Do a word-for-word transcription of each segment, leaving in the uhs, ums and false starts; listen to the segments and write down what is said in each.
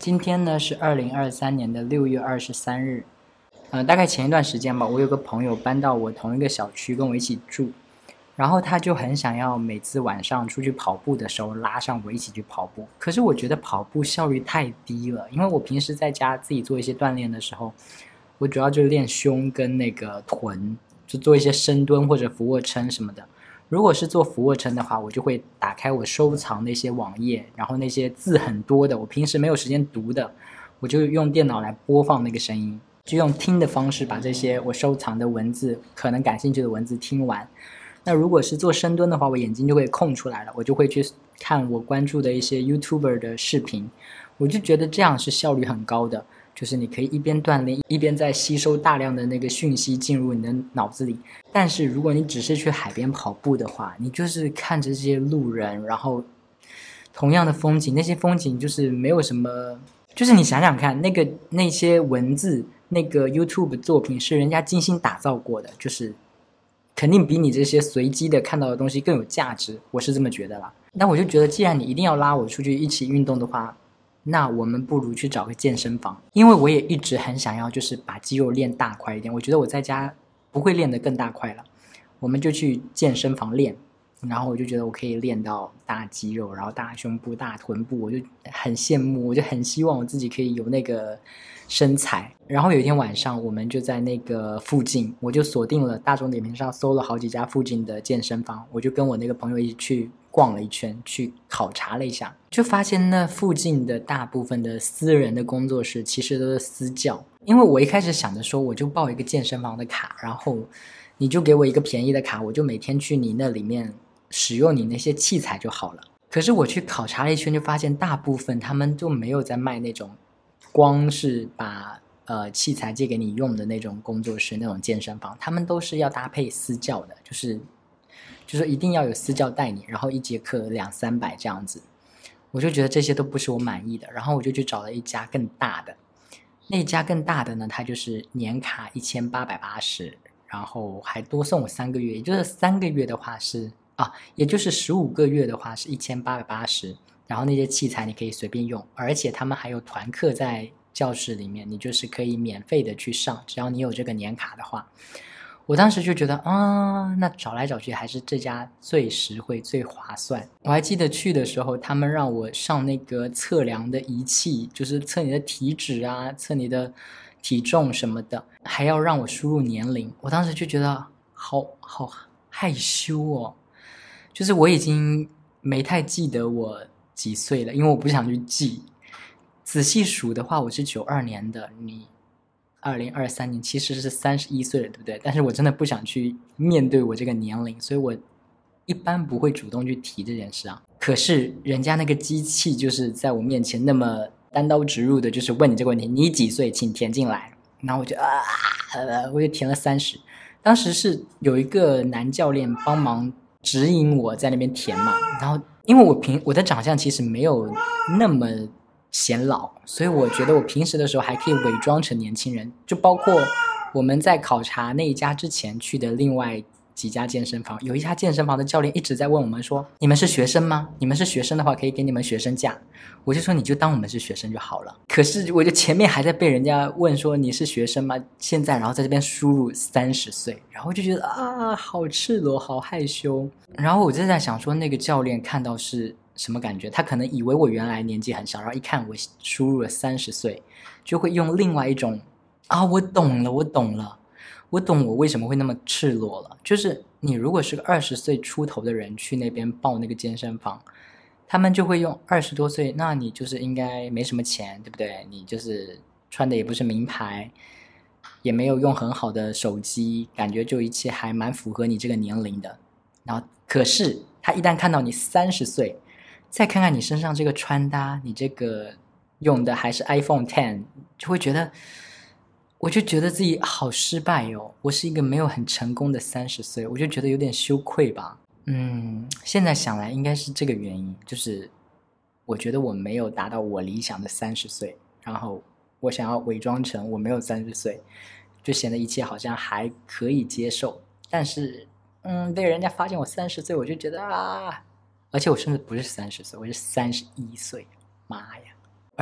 今天呢是二零二三年的六月二十三日，呃，大概前一段时间吧，我有个朋友搬到我同一个小区跟我一起住，然后他就很想要每次晚上出去跑步的时候拉上我一起去跑步。可是我觉得跑步效率太低了，因为我平时在家自己做一些锻炼的时候，我主要就练胸跟那个臀，就做一些深蹲或者俯卧撑什么的。如果是做俯卧撑的话，我就会打开我收藏那些网页，然后那些字很多的，我平时没有时间读的，我就用电脑来播放那个声音，就用听的方式把这些我收藏的文字，可能感兴趣的文字听完。那如果是做深蹲的话，我眼睛就会空出来了，我就会去看我关注的一些 YouTuber 的视频，我就觉得这样是效率很高的，就是你可以一边锻炼一边在吸收大量的那个讯息进入你的脑子里。但是如果你只是去海边跑步的话，你就是看着这些路人，然后同样的风景，那些风景就是没有什么，就是你想想看，那个那些文字，那个 YouTube 作品是人家精心打造过的，就是肯定比你这些随机的看到的东西更有价值，我是这么觉得啦。那我就觉得既然你一定要拉我出去一起运动的话，那我们不如去找个健身房，因为我也一直很想要就是把肌肉练大块一点，我觉得我在家不会练得更大块了，我们就去健身房练，然后我就觉得我可以练到大肌肉，然后大胸部大臀部，我就很羡慕，我就很希望我自己可以有那个身材。然后有一天晚上我们就在那个附近，我就锁定了大众点评上搜了好几家附近的健身房，我就跟我那个朋友一起去逛了一圈，去考察了一下，就发现那附近的大部分的私人的工作室其实都是私教。因为我一开始想着说我就报一个健身房的卡，然后你就给我一个便宜的卡，我就每天去你那里面使用你那些器材就好了。可是我去考察了一圈，就发现大部分他们就没有在卖那种光是把呃器材借给你用的那种工作室，那种健身房，他们都是要搭配私教的，就是就是一定要有私教带你，然后一节课两三百这样子。我就觉得这些都不是我满意的，然后我就去找了一家更大的。那一家更大的呢，它就是年卡一千八百八十，然后还多送我三个月，也就是三个月的话是啊，也就是十五个月的话是一千八百八十，然后那些器材你可以随便用，而且他们还有团课在教室里面，你就是可以免费的去上，只要你有这个年卡的话。我当时就觉得啊，那找来找去还是这家最实惠最划算。我还记得去的时候他们让我上那个测量的仪器，就是测你的体脂啊，测你的体重什么的，还要让我输入年龄。我当时就觉得好好害羞哦，就是我已经没太记得我几岁了，因为我不想去记。仔细数的话我是九二年的，你二零二三年其实是三十一岁了，对不对？但是我真的不想去面对我这个年龄，所以我一般不会主动去提这件事啊。可是人家那个机器就是在我面前那么单刀直入的，就是问你这个问题，你几岁请填进来。然后我就啊，我就填了三十。当时是有一个男教练帮忙指引我在那边填嘛，然后因为我平我的长相其实没有那么显老，所以我觉得我平时的时候还可以伪装成年轻人，就包括我们在考察那一家之前去的另外几家健身房，有一家健身房的教练一直在问我们说，你们是学生吗？你们是学生的话可以给你们学生价。我就说你就当我们是学生就好了。可是我就前面还在被人家问说你是学生吗？现在然后在这边输入三十岁，然后就觉得啊，好赤裸，好害羞。然后我就在想说那个教练看到是什么感觉，他可能以为我原来年纪很小，然后一看我输入了三十岁，就会用另外一种啊，我懂了我懂了我懂我为什么会那么赤裸了。就是你如果是个二十岁出头的人去那边报那个健身房，他们就会用二十多岁，那你就是应该没什么钱，对不对？你就是穿的也不是名牌，也没有用很好的手机，感觉就一切还蛮符合你这个年龄的。然后可是他一旦看到你三十岁，再看看你身上这个穿搭，你这个用的还是 iPhone X， 就会觉得，我就觉得自己好失败哦，我是一个没有很成功的三十岁，我就觉得有点羞愧吧。嗯，现在想来应该是这个原因，就是我觉得我没有达到我理想的三十岁，然后我想要伪装成我没有三十岁，就显得一切好像还可以接受。但是嗯，被人家发现我三十岁，我就觉得啊，而且我甚至不是三十岁，我是三十一岁，妈呀！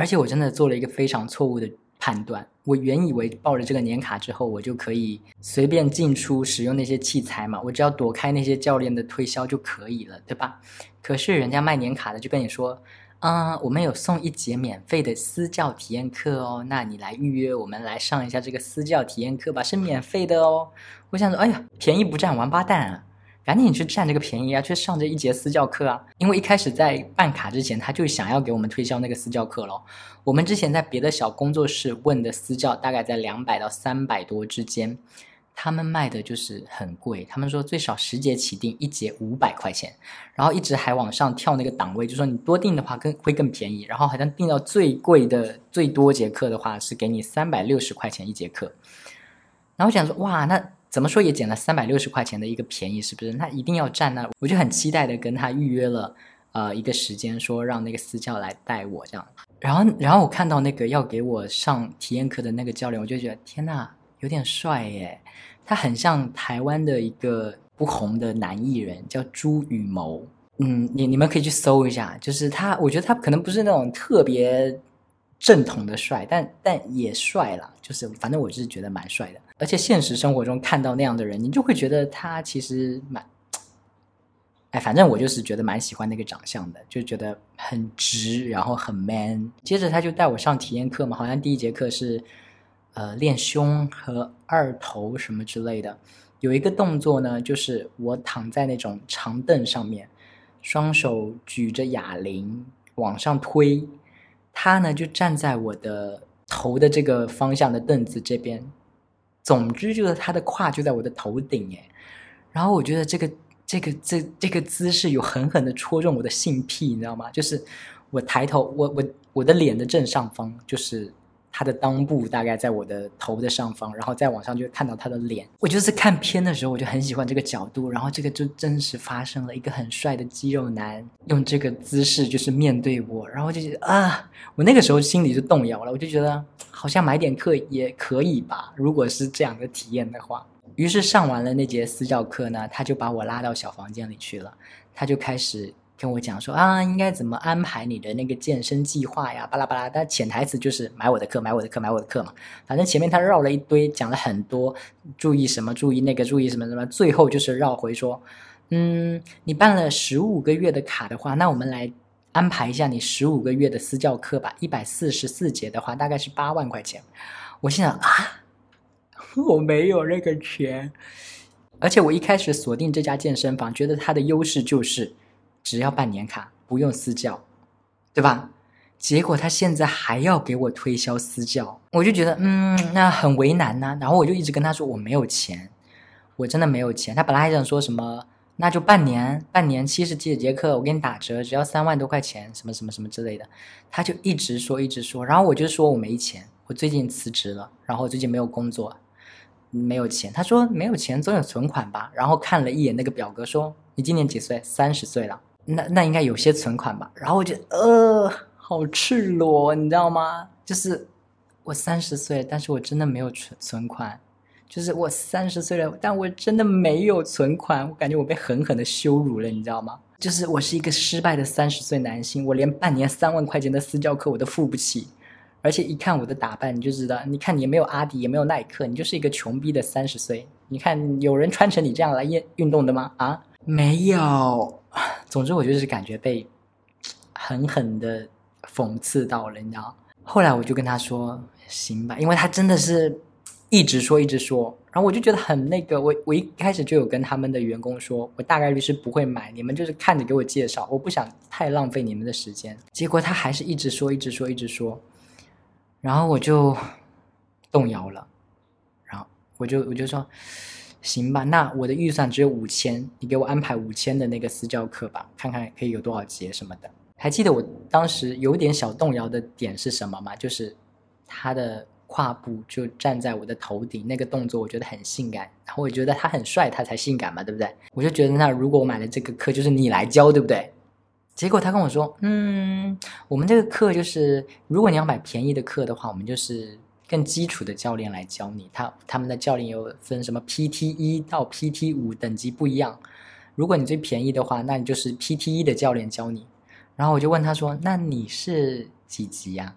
而且我真的做了一个非常错误的判断，我原以为报了这个年卡之后，我就可以随便进出使用那些器材嘛，我只要躲开那些教练的推销就可以了，对吧？可是人家卖年卡的就跟你说，嗯，我们有送一节免费的私教体验课哦，那你来预约，我们来上一下这个私教体验课吧，是免费的哦。我想说，哎呀，便宜不占王八蛋啊，赶紧去占这个便宜啊，去上这一节私教课啊！因为一开始在办卡之前，他就想要给我们推销那个私教课咯。我们之前在别的小工作室问的私教大概在两百到三百多之间，他们卖的就是很贵，他们说最少十节起订，一节五百块钱，然后一直还往上跳那个档位，就说你多订的话更会更便宜，然后好像订到最贵的最多节课的话是给你三百六十块钱一节课。然后我想说，哇，那怎么说也捡了三百六十块钱的一个便宜，是不是？那一定要占呢。我就很期待的跟他预约了呃一个时间，说让那个私教来带我这样。然后然后我看到那个要给我上体验课的那个教练，我就觉得天哪，有点帅耶。他很像台湾的一个不红的男艺人，叫朱雨谋。嗯，你你们可以去搜一下，就是他，我觉得他可能不是那种特别正统的帅，但但也帅啦，就是反正我就是觉得蛮帅的。而且现实生活中看到那样的人，你就会觉得他其实蛮，哎，反正我就是觉得蛮喜欢那个长相的，就觉得很直，然后很 man。接着他就带我上体验课嘛，好像第一节课是呃练胸和二头什么之类的。有一个动作呢，就是我躺在那种长凳上面，双手举着哑铃往上推，他呢就站在我的头的这个方向的凳子这边。总之就是他的胯就在我的头顶耶，然后我觉得这个这个这这个姿势有狠狠的戳中我的性癖，你知道吗？就是我抬头，我我我的脸的正上方就是他的裆部，大概在我的头的上方，然后再往上就看到他的脸。我就是看片的时候我就很喜欢这个角度，然后这个就真实发生了一个很帅的肌肉男用这个姿势就是面对我，然后就觉得啊，我那个时候心里就动摇了，我就觉得好像买点课也可以吧，如果是这样的体验的话。于是上完了那节私教课呢，他就把我拉到小房间里去了，他就开始跟我讲说啊，应该怎么安排你的那个健身计划呀，巴拉巴拉。但潜台词就是买我的课，买我的课，买我的课嘛。反正前面他绕了一堆，讲了很多，注意什么，注意那个，注意什么什么，最后就是绕回说，嗯，你办了十五个月的卡的话，那我们来安排一下你十五个月的私教课吧。一百四十四节的话，大概是八万块钱。我心想啊。我没有那个钱，而且我一开始锁定这家健身房，觉得它的优势就是只要办年卡，不用私教，对吧？结果他现在还要给我推销私教，我就觉得嗯，那很为难呐、啊。然后我就一直跟他说我没有钱，我真的没有钱。他本来还想说什么，那就半年，半年七十几节课，我给你打折，只要三万多块钱，什么什么什么之类的。他就一直说，一直说，然后我就说我没钱，我最近辞职了，然后最近没有工作。没有钱，他说没有钱总有存款吧，然后看了一眼那个表格说你今年几岁？三十岁了，那那应该有些存款吧。然后我就呃好赤裸，你知道吗？就是我三十岁，但是我真的没有存存款，就是我三十岁了，但我真的没有存款，我感觉我被狠狠的羞辱了，你知道吗？就是我是一个失败的三十岁男性，我连半年三万块钱的私教课我都付不起。而且一看我的打扮你就知道，你看你也没有阿迪也没有耐克，你就是一个穷逼的三十岁。你看有人穿成你这样来运动的吗？啊，没有。总之我就是感觉被狠狠的讽刺到了，你知道。后来我就跟他说行吧，因为他真的是一直说一直说，然后我就觉得很那个，我我一开始就有跟他们的员工说我大概率是不会买，你们就是看着给我介绍，我不想太浪费你们的时间。结果他还是一直说一直说一直说，然后我就动摇了，然后我就我就说行吧，那我的预算只有五千，你给我安排五千的那个私教课吧，看看可以有多少节什么的。还记得我当时有点小动摇的点是什么吗？就是他的胯部就站在我的头顶，那个动作我觉得很性感，然后我觉得他很帅，他才性感嘛，对不对？我就觉得那如果我买了这个课，就是你来教，对不对？结果他跟我说嗯，我们这个课就是如果你要买便宜的课的话，我们就是更基础的教练来教你，他他们的教练有分什么 P T 一 到 P T 五 等级不一样，如果你最便宜的话，那你就是 P T 一 的教练教你。然后我就问他说那你是几级呀、啊？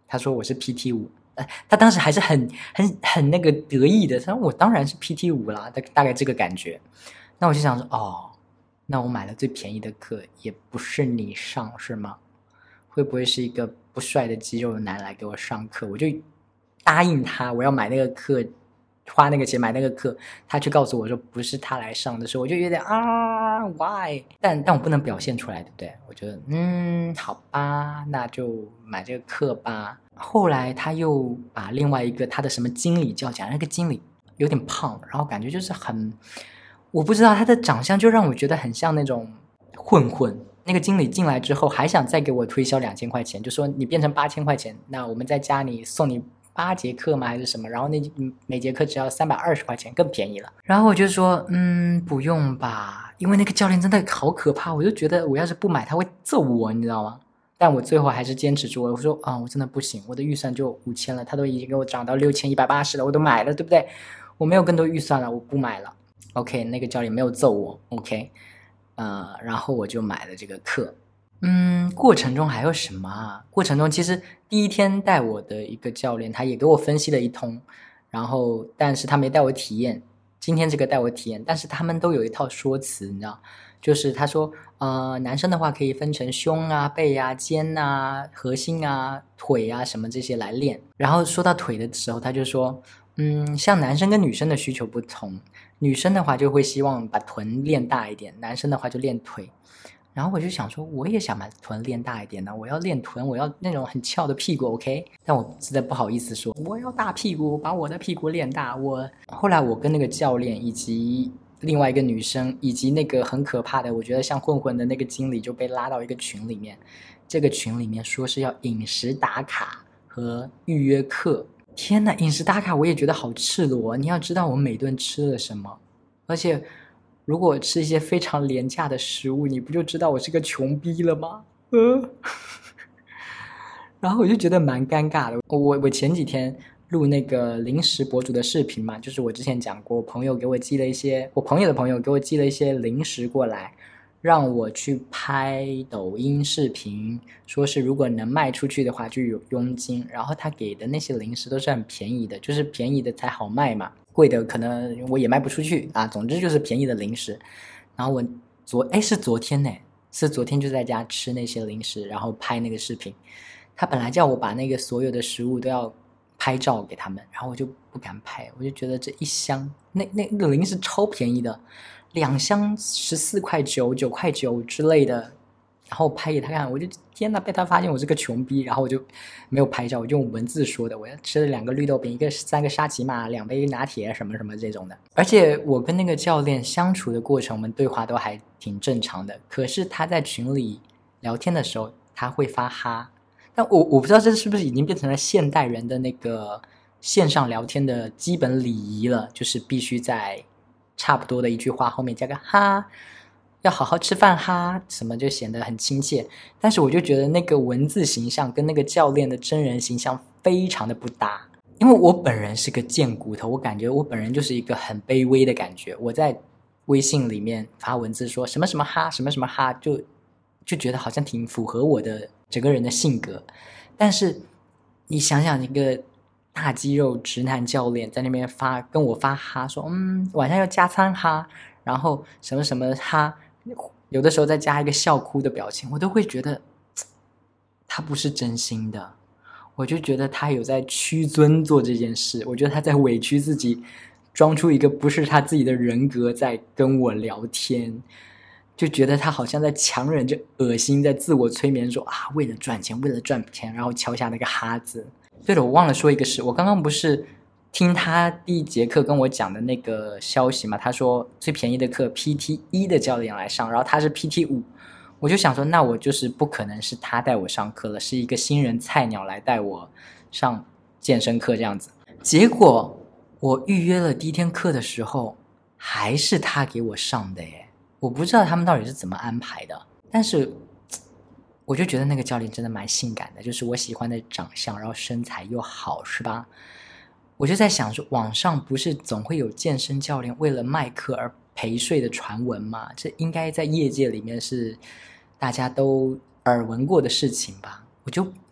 他说我是 P T 五，呃，他当时还是很很很那个得意的，他说我当然是 P T 五啦，大大概这个感觉。那我就想说，哦，那我买了最便宜的课，也不是你上是吗？会不会是一个不帅的肌肉男来给我上课？我就答应他，我要买那个课，花那个钱买那个课，他却告诉我说不是他来上的时候，我就有点啊 ，why？ 但但我不能表现出来，对不对？我觉得嗯，好吧，那就买这个课吧。后来他又把另外一个他的什么经理叫起来，那个经理有点胖，然后感觉就是很，我不知道他的长相就让我觉得很像那种混混。那个经理进来之后还想再给我推销两千块钱，就说你变成八千块钱，那我们再加你送你八节课吗还是什么？然后那每节课只要三百二十块钱，更便宜了。然后我就说，嗯，不用吧，因为那个教练真的好可怕，我就觉得我要是不买他会揍我，你知道吗？但我最后还是坚持住了，我说啊、嗯，我真的不行，我的预算就五千了，他都已经给我涨到六千一百八十了，我都买了，对不对？我没有更多预算了，我不买了。OK， 那个教练没有揍我 ，OK。呃，然后我就买了这个课。嗯，过程中还有什么啊？过程中其实第一天带我的一个教练，他也给我分析了一通，然后但是他没带我体验。今天这个带我体验，但是他们都有一套说辞，你知道，就是他说，呃，男生的话可以分成胸啊、背啊、肩啊、核心啊、腿啊什么这些来练。然后说到腿的时候，他就说，嗯，像男生跟女生的需求不同。女生的话就会希望把臀练大一点，男生的话就练腿。然后我就想说，我也想把臀练大一点呢，我要练臀，我要那种很翘的屁股 ，OK？ 但我实在不好意思说，我要大屁股，把我的屁股练大。我后来我跟那个教练以及另外一个女生，以及那个很可怕的，我觉得像混混的那个经理就被拉到一个群里面，这个群里面说是要饮食打卡和预约课。天哪，饮食打卡我也觉得好赤裸，你要知道我每顿吃了什么，而且如果吃一些非常廉价的食物，你不就知道我是个穷逼了吗？呃，然后我就觉得蛮尴尬的。我我前几天录那个零食博主的视频嘛，就是我之前讲过，朋友给我寄了一些，我朋友的朋友给我寄了一些零食过来，让我去拍抖音视频，说是如果能卖出去的话就有佣金，然后他给的那些零食都是很便宜的，就是便宜的才好卖嘛，贵的可能我也卖不出去啊，总之就是便宜的零食。然后我昨哎是昨天呢，是昨天就在家吃那些零食，然后拍那个视频。他本来叫我把那个所有的食物都要拍照给他们，然后我就不敢拍，我就觉得这一箱那那那个零食超便宜的，两箱十四块九、九块九之类的，然后拍给他看，我就天哪，被他发现我是个穷逼，然后我就没有拍照，我就用文字说的，我要吃了两个绿豆饼，一个三个沙琪玛，两杯拿铁，什么什么这种的。而且我跟那个教练相处的过程，我们对话都还挺正常的，可是他在群里聊天的时候，他会发哈。但我我不知道这是不是已经变成了现代人的那个线上聊天的基本礼仪了，就是必须在差不多的一句话后面加个哈，要好好吃饭哈，什么就显得很亲切。但是我就觉得那个文字形象跟那个教练的真人形象非常的不搭，因为我本人是个贱骨头，我感觉我本人就是一个很卑微的感觉。我在微信里面发文字说什么什么哈，什么什么哈，就就觉得好像挺符合我的整个人的性格。但是你想想，一个大肌肉直男教练在那边发跟我发哈，说嗯晚上要加餐哈，然后什么什么哈，有的时候再加一个笑哭的表情，我都会觉得他不是真心的，我就觉得他有在屈尊做这件事，我觉得他在委屈自己，装出一个不是他自己的人格在跟我聊天，就觉得他好像在强忍着恶心，在自我催眠说啊，为了赚钱，为了赚钱，然后敲下那个哈字。对了，我忘了说一个事，我刚刚不是听他第一节课跟我讲的那个消息嘛，他说最便宜的课 P T 一的教练来上，然后他是 P T 五，我就想说那我就是不可能是他带我上课了，是一个新人菜鸟来带我上健身课这样子。结果我预约了第一天课的时候还是他给我上的耶，我不知道他们到底是怎么安排的，但是我就觉得那个教练真的蛮性感的，就是我喜欢的长相，然后身材又好，是吧？我就在想说，网上不是总会有健身教练为了卖课而陪睡的传闻吗？这应该在业界里面是大家都耳闻过的事情吧？我就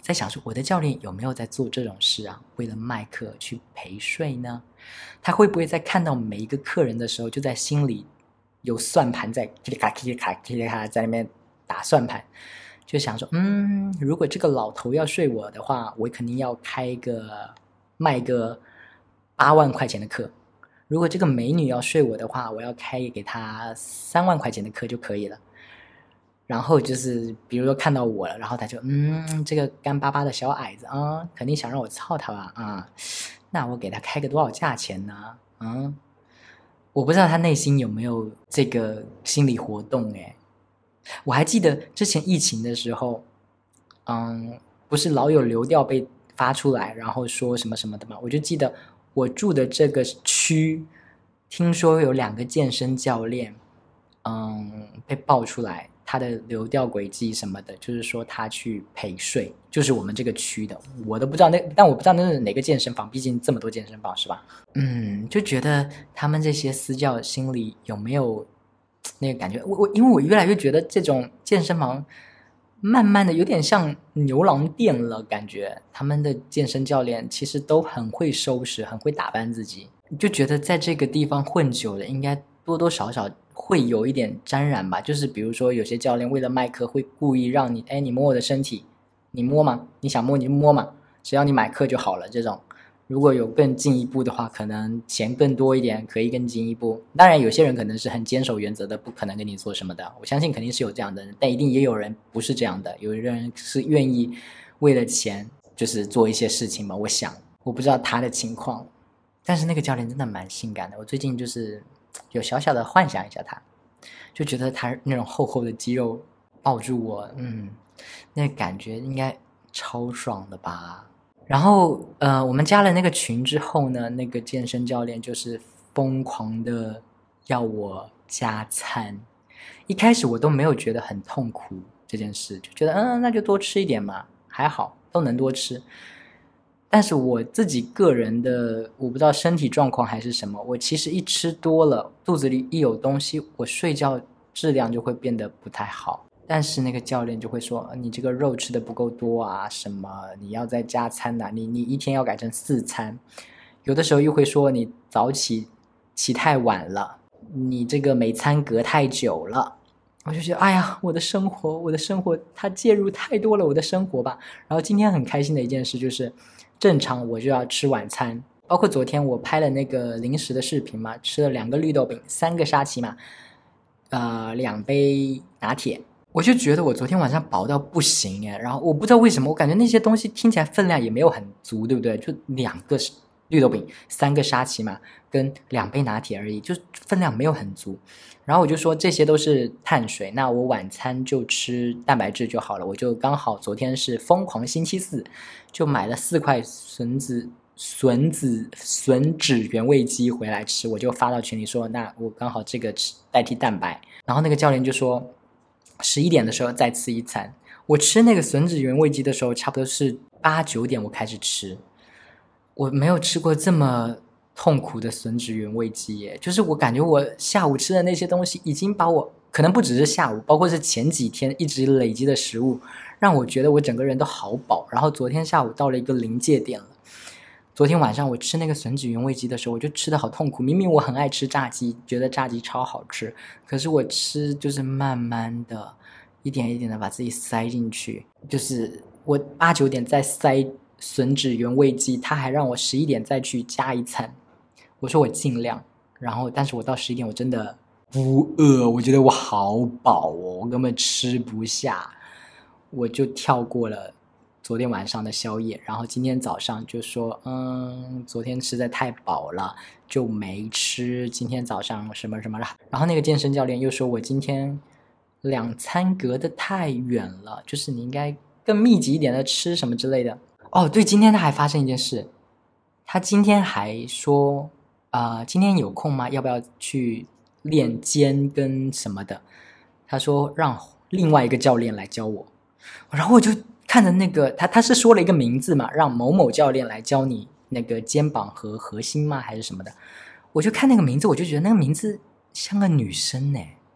在想说我的教练有没有在做这种事啊？为了卖课去陪睡呢？他会不会在看到每一个客人的时候，就在心里有算盘在噼里卡噼里卡噼里卡在那边打算盘，就想说，嗯，如果这个老头要睡我的话，我肯定要开个卖个八万块钱的课；如果这个美女要睡我的话，我要开给她三万块钱的课就可以了。然后就是比如说看到我了，然后他就嗯，这个干巴巴的小矮子啊，肯定想让我操他吧啊，那我给他开个多少价钱呢？嗯，我不知道他内心有没有这个心理活动诶。我还记得之前疫情的时候，嗯，不是老有流调被发出来，然后说什么什么的嘛，我就记得我住的这个区，听说有两个健身教练，嗯，被爆出来。他的流调轨迹什么的，就是说他去陪睡，就是我们这个区的，我都不知道那，但我不知道那是哪个健身房，毕竟这么多健身房是吧？嗯，就觉得他们这些私教心里有没有那个感觉？我我因为我越来越觉得这种健身房慢慢的有点像牛郎店了，感觉他们的健身教练其实都很会收拾，很会打扮自己，就觉得在这个地方混久了，应该多多少少会有一点沾染吧，就是比如说有些教练为了卖课会故意让你，哎，你摸我的身体，你摸嘛，你想摸你就摸嘛，只要你买课就好了。这种如果有更进一步的话，可能钱更多一点，可以更进一步。当然有些人可能是很坚守原则的，不可能跟你做什么的，我相信肯定是有这样的人，但一定也有人不是这样的，有人是愿意为了钱就是做一些事情吧，我想我不知道他的情况，但是那个教练真的蛮性感的，我最近就是有小小的幻想一下他，就觉得他那种厚厚的肌肉抱住我，嗯，那感觉应该超爽的吧。然后呃，我们加了那个群之后呢，那个健身教练就是疯狂的要我加餐。一开始我都没有觉得很痛苦这件事，就觉得嗯，那就多吃一点嘛，还好都能多吃。但是我自己个人的，我不知道身体状况还是什么，我其实一吃多了，肚子里一有东西，我睡觉质量就会变得不太好。但是那个教练就会说，你这个肉吃的不够多啊，什么你要再加餐啊，你你一天要改成四餐。有的时候又会说你早起起太晚了，你这个每餐隔太久了。我就觉得哎呀，我的生活我的生活他介入太多了我的生活吧。然后今天很开心的一件事就是正常我就要吃晚餐，包括昨天我拍了那个零食的视频嘛，吃了两个绿豆饼，三个沙琪玛，呃，两杯拿铁，我就觉得我昨天晚上饱到不行耶。然后我不知道为什么，我感觉那些东西听起来分量也没有很足，对不对？就两个绿豆饼，三个沙琪玛跟两杯拿铁而已，就分量没有很足。然后我就说这些都是碳水，那我晚餐就吃蛋白质就好了。我就刚好昨天是疯狂星期四，就买了四块笋子笋子笋子原味鸡回来吃，我就发到群里说，那我刚好这个吃代替蛋白。然后那个教练就说十一点的时候再吃一餐。我吃那个笋子原味鸡的时候差不多是八九点我开始吃，我没有吃过这么痛苦的吮指原味鸡耶，就是我感觉我下午吃的那些东西已经把我，可能不只是下午，包括是前几天一直累积的食物，让我觉得我整个人都好饱。然后昨天下午到了一个临界点了，昨天晚上我吃那个吮指原味鸡的时候，我就吃得好痛苦。明明我很爱吃炸鸡，觉得炸鸡超好吃，可是我吃就是慢慢的一点一点的把自己塞进去，就是我八九点再塞吮指原味鸡，他还让我十一点再去加一餐。我说我尽量，然后但是我到十一点我真的不饿，我觉得我好饱哦，我根本吃不下，我就跳过了昨天晚上的宵夜，然后今天早上就说嗯，昨天实在太饱了就没吃，今天早上什么什么了。然后那个健身教练又说我今天两餐隔得太远了，就是你应该更密集一点的吃什么之类的。哦对，今天他还发生一件事，他今天还说呃，今天有空吗？要不要去练肩跟什么的？他说让另外一个教练来教我，然后我就看着那个他，他是说了一个名字嘛，让某某教练来教你那个肩膀和核心吗？还是什么的？我就看那个名字，我就觉得那个名字像个女生呢。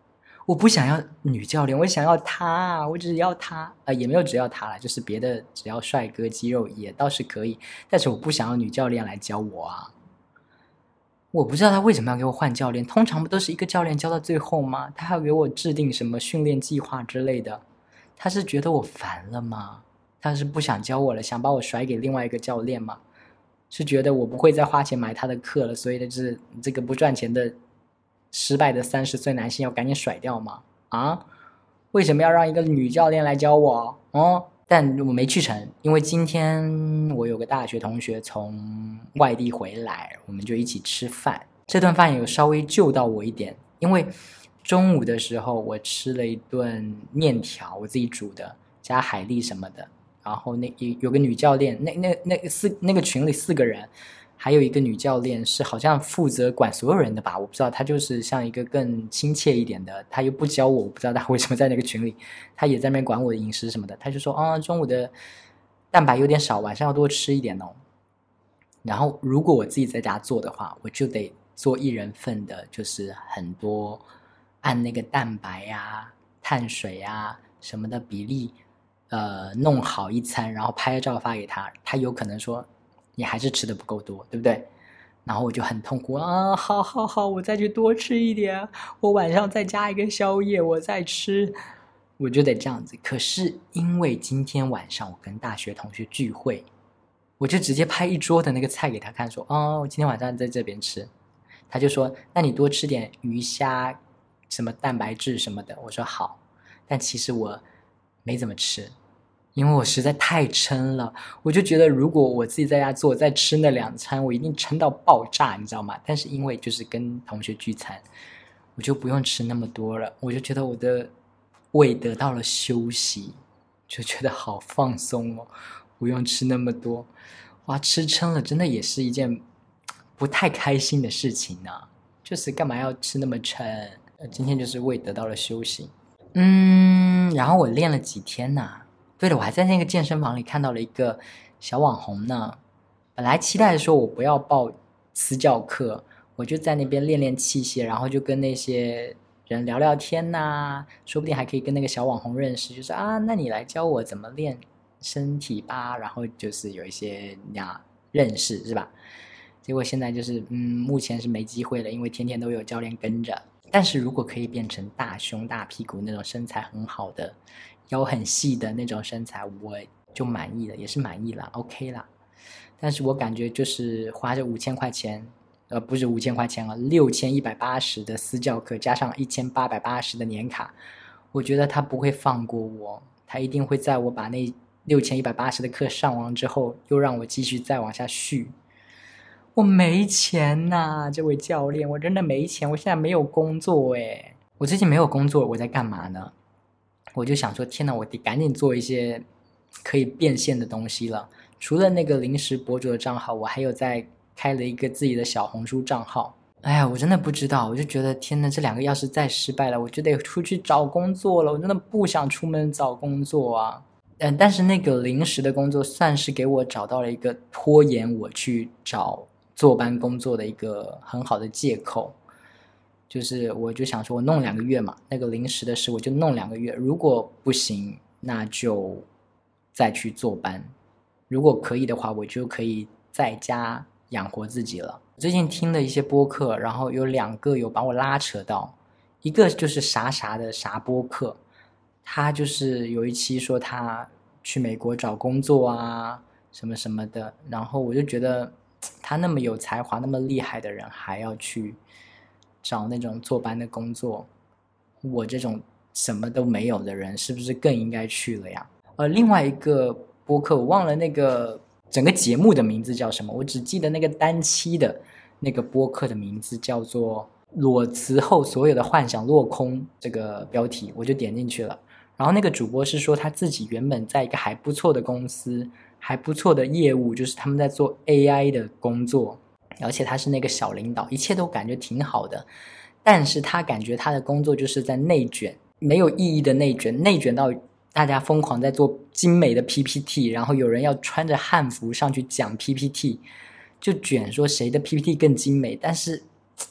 我不想要女教练，我想要他，我只要他，呃，也没有只要他啦，就是别的只要帅哥肌肉也倒是可以，但是我不想要女教练来教我啊。我不知道他为什么要给我换教练，通常不都是一个教练教到最后吗？他还要给我制定什么训练计划之类的，他是觉得我烦了吗？他是不想教我了，想把我甩给另外一个教练吗？是觉得我不会再花钱买他的课了，所以就是这个不赚钱的失败的三十岁男性要赶紧甩掉吗？啊，为什么要让一个女教练来教我？哦，但我没去成，因为今天我有个大学同学从外地回来，我们就一起吃饭。这顿饭有稍微救到我一点，因为中午的时候我吃了一顿面条，我自己煮的，加海蛎什么的。然后那有个女教练，那那那四那个群里四个人，还有一个女教练是好像负责管所有人的吧，我不知道，她就是像一个更亲切一点的，她又不教我，我不知道她为什么在那个群里，她也在那边管我的饮食什么的，她就说啊，中午的蛋白有点少，晚上要多吃一点哦。然后如果我自己在家做的话，我就得做一人份的，就是很多按那个蛋白啊、碳水啊什么的比例。呃，弄好一餐，然后拍照发给他，他有可能说你还是吃的不够多，对不对？然后我就很痛苦啊，好好好，我再去多吃一点，我晚上再加一个宵夜，我再吃，我就得这样子。可是因为今天晚上我跟大学同学聚会，我就直接拍一桌的那个菜给他看，说哦，我今天晚上在这边吃。他就说那你多吃点鱼虾，什么蛋白质什么的。我说好，但其实我没怎么吃，因为我实在太撑了，我就觉得如果我自己在家做再吃那两餐，我一定撑到爆炸，你知道吗？但是因为就是跟同学聚餐，我就不用吃那么多了，我就觉得我的胃得到了休息，就觉得好放松哦，不用吃那么多。哇，吃撑了真的也是一件不太开心的事情呢、啊，就是干嘛要吃那么撑？今天就是胃得到了休息。嗯，然后我练了几天呢、啊。对了，我还在那个健身房里看到了一个小网红呢。本来期待说我不要报私教课，我就在那边练练器械，然后就跟那些人聊聊天呐、啊，说不定还可以跟那个小网红认识，就是啊，那你来教我怎么练身体吧，然后就是有一些呀认识是吧？结果现在就是嗯，目前是没机会了，因为天天都有教练跟着。但是如果可以变成大胸大屁股那种身材很好的，腰很细的那种身材，我就满意了，也是满意了 OK 啦。但是我感觉就是花这五千块钱，呃，不是五千块钱了，六千一百八十的私教课加上一千八百八十的年卡，我觉得他不会放过我，他一定会在我把那六千一百八十的课上完之后，又让我继续再往下续。我没钱呐、啊，这位教练，我真的没钱，我现在没有工作诶。我最近没有工作，我在干嘛呢？我就想说，天哪，我得赶紧做一些可以变现的东西了。除了那个临时博主的账号，我还有在开了一个自己的小红书账号。哎呀，我真的不知道，我就觉得天哪，这两个要是再失败了，我就得出去找工作了。我真的不想出门找工作啊。嗯，但是那个临时的工作算是给我找到了一个拖延我去找坐班工作的一个很好的借口。就是我就想说我弄两个月嘛，那个临时的事我就弄两个月，如果不行那就再去坐班，如果可以的话我就可以在家养活自己了。最近听了一些播客，然后有两个有把我拉扯到，一个就是啥啥的啥播客，他就是有一期说他去美国找工作啊什么什么的，然后我就觉得他那么有才华那么厉害的人还要去找那种坐班的工作，我这种什么都没有的人是不是更应该去了呀？呃，另外一个播客我忘了那个整个节目的名字叫什么，我只记得那个单期的那个播客的名字叫做裸辞后所有的幻想落空，这个标题我就点进去了。然后那个主播是说他自己原本在一个还不错的公司，还不错的业务，就是他们在做 A I 的工作，而且他是那个小领导，一切都感觉挺好的，但是他感觉他的工作就是在内卷，没有意义的内卷，内卷到大家疯狂在做精美的 P P T， 然后有人要穿着汉服上去讲 P P T， 就卷说谁的 P P T 更精美，但是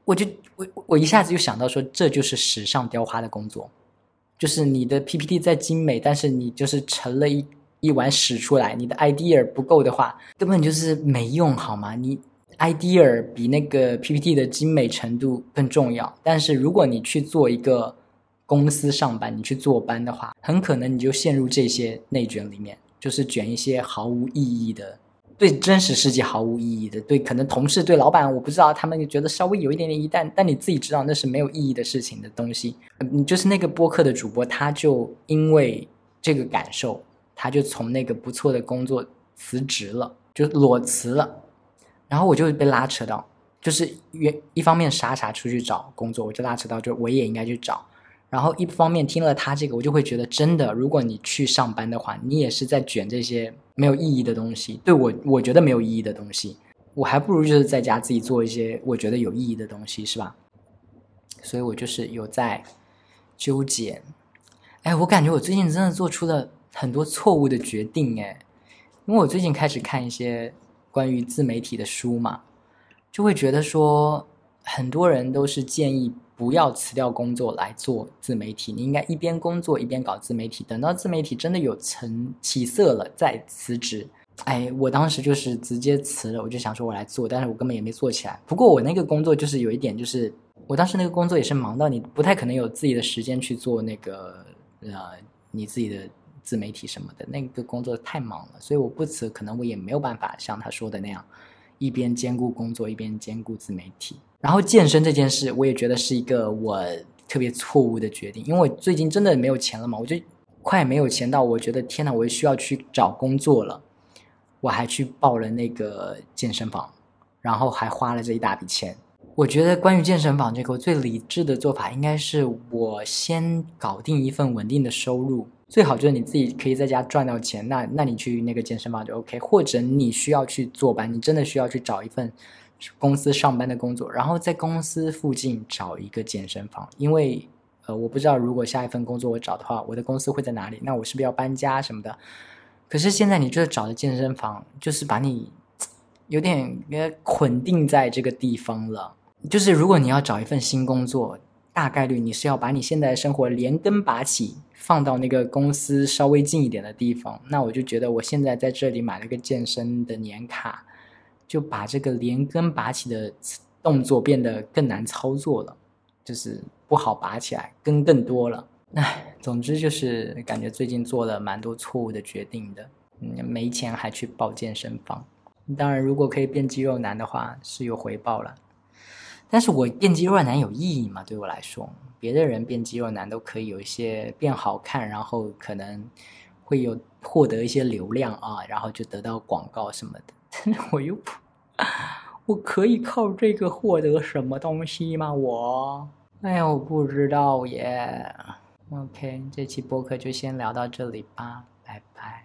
我就我我一下子就想到说，这就是纸上雕花的工作，就是你的 P P T 再精美，但是你就是盛了一一碗屎出来，你的 idea 不够的话，根本就是没用，好吗？你 idea 比那个 P P T 的精美程度更重要。但是如果你去做一个公司上班，你去坐班的话，很可能你就陷入这些内卷里面，就是卷一些毫无意义的，对真实世界毫无意义的，对可能同事对老板我不知道，他们觉得稍微有一点点意义，但但你自己知道那是没有意义的事情的东西。你就是那个播客的主播，他就因为这个感受，他就从那个不错的工作辞职了，就裸辞了。然后我就被拉扯到，就是一方面傻傻出去找工作，我就拉扯到就我也应该去找。然后一方面听了他这个，我就会觉得真的，如果你去上班的话，你也是在卷这些没有意义的东西，对我我觉得没有意义的东西，我还不如就是在家自己做一些我觉得有意义的东西，是吧？所以我就是有在纠结。哎，我感觉我最近真的做出了很多错误的决定哎，因为我最近开始看一些关于自媒体的书嘛，就会觉得说很多人都是建议不要辞掉工作来做自媒体，你应该一边工作一边搞自媒体，等到自媒体真的有成起色了再辞职。哎，我当时就是直接辞了，我就想说我来做，但是我根本也没做起来。不过我那个工作就是有一点，就是我当时那个工作也是忙到你不太可能有自己的时间去做那个呃你自己的自媒体什么的，那个工作太忙了，所以我不辞可能我也没有办法像他说的那样一边兼顾工作一边兼顾自媒体。然后健身这件事我也觉得是一个我特别错误的决定，因为我最近真的没有钱了嘛，我就快没有钱到我觉得天哪，我需要去找工作了，我还去报了那个健身房，然后还花了这一大笔钱。我觉得关于健身房这个，我最理智的做法应该是我先搞定一份稳定的收入，最好就是你自己可以在家赚到钱，那那你去那个健身房就 OK， 或者你需要去坐班，你真的需要去找一份公司上班的工作，然后在公司附近找一个健身房，因为呃，我不知道如果下一份工作我找的话，我的公司会在哪里，那我是不是要搬家什么的。可是现在你这找的健身房就是把你有点捆定在这个地方了，就是如果你要找一份新工作，大概率你是要把你现在的生活连根拔起放到那个公司稍微近一点的地方，那我就觉得我现在在这里买了个健身的年卡，就把这个连根拔起的动作变得更难操作了，就是不好拔起来，根更多了。唉，总之就是感觉最近做了蛮多错误的决定的，嗯，没钱还去报健身房。当然如果可以变肌肉男的话是有回报了，但是我变肌肉男有意义吗？对我来说，别的人变肌肉男都可以有一些变好看，然后可能会有获得一些流量啊，然后就得到广告什么的，但是我又不我可以靠这个获得什么东西吗？我哎呀，我不知道耶。OK， 这期播客就先聊到这里吧，拜拜。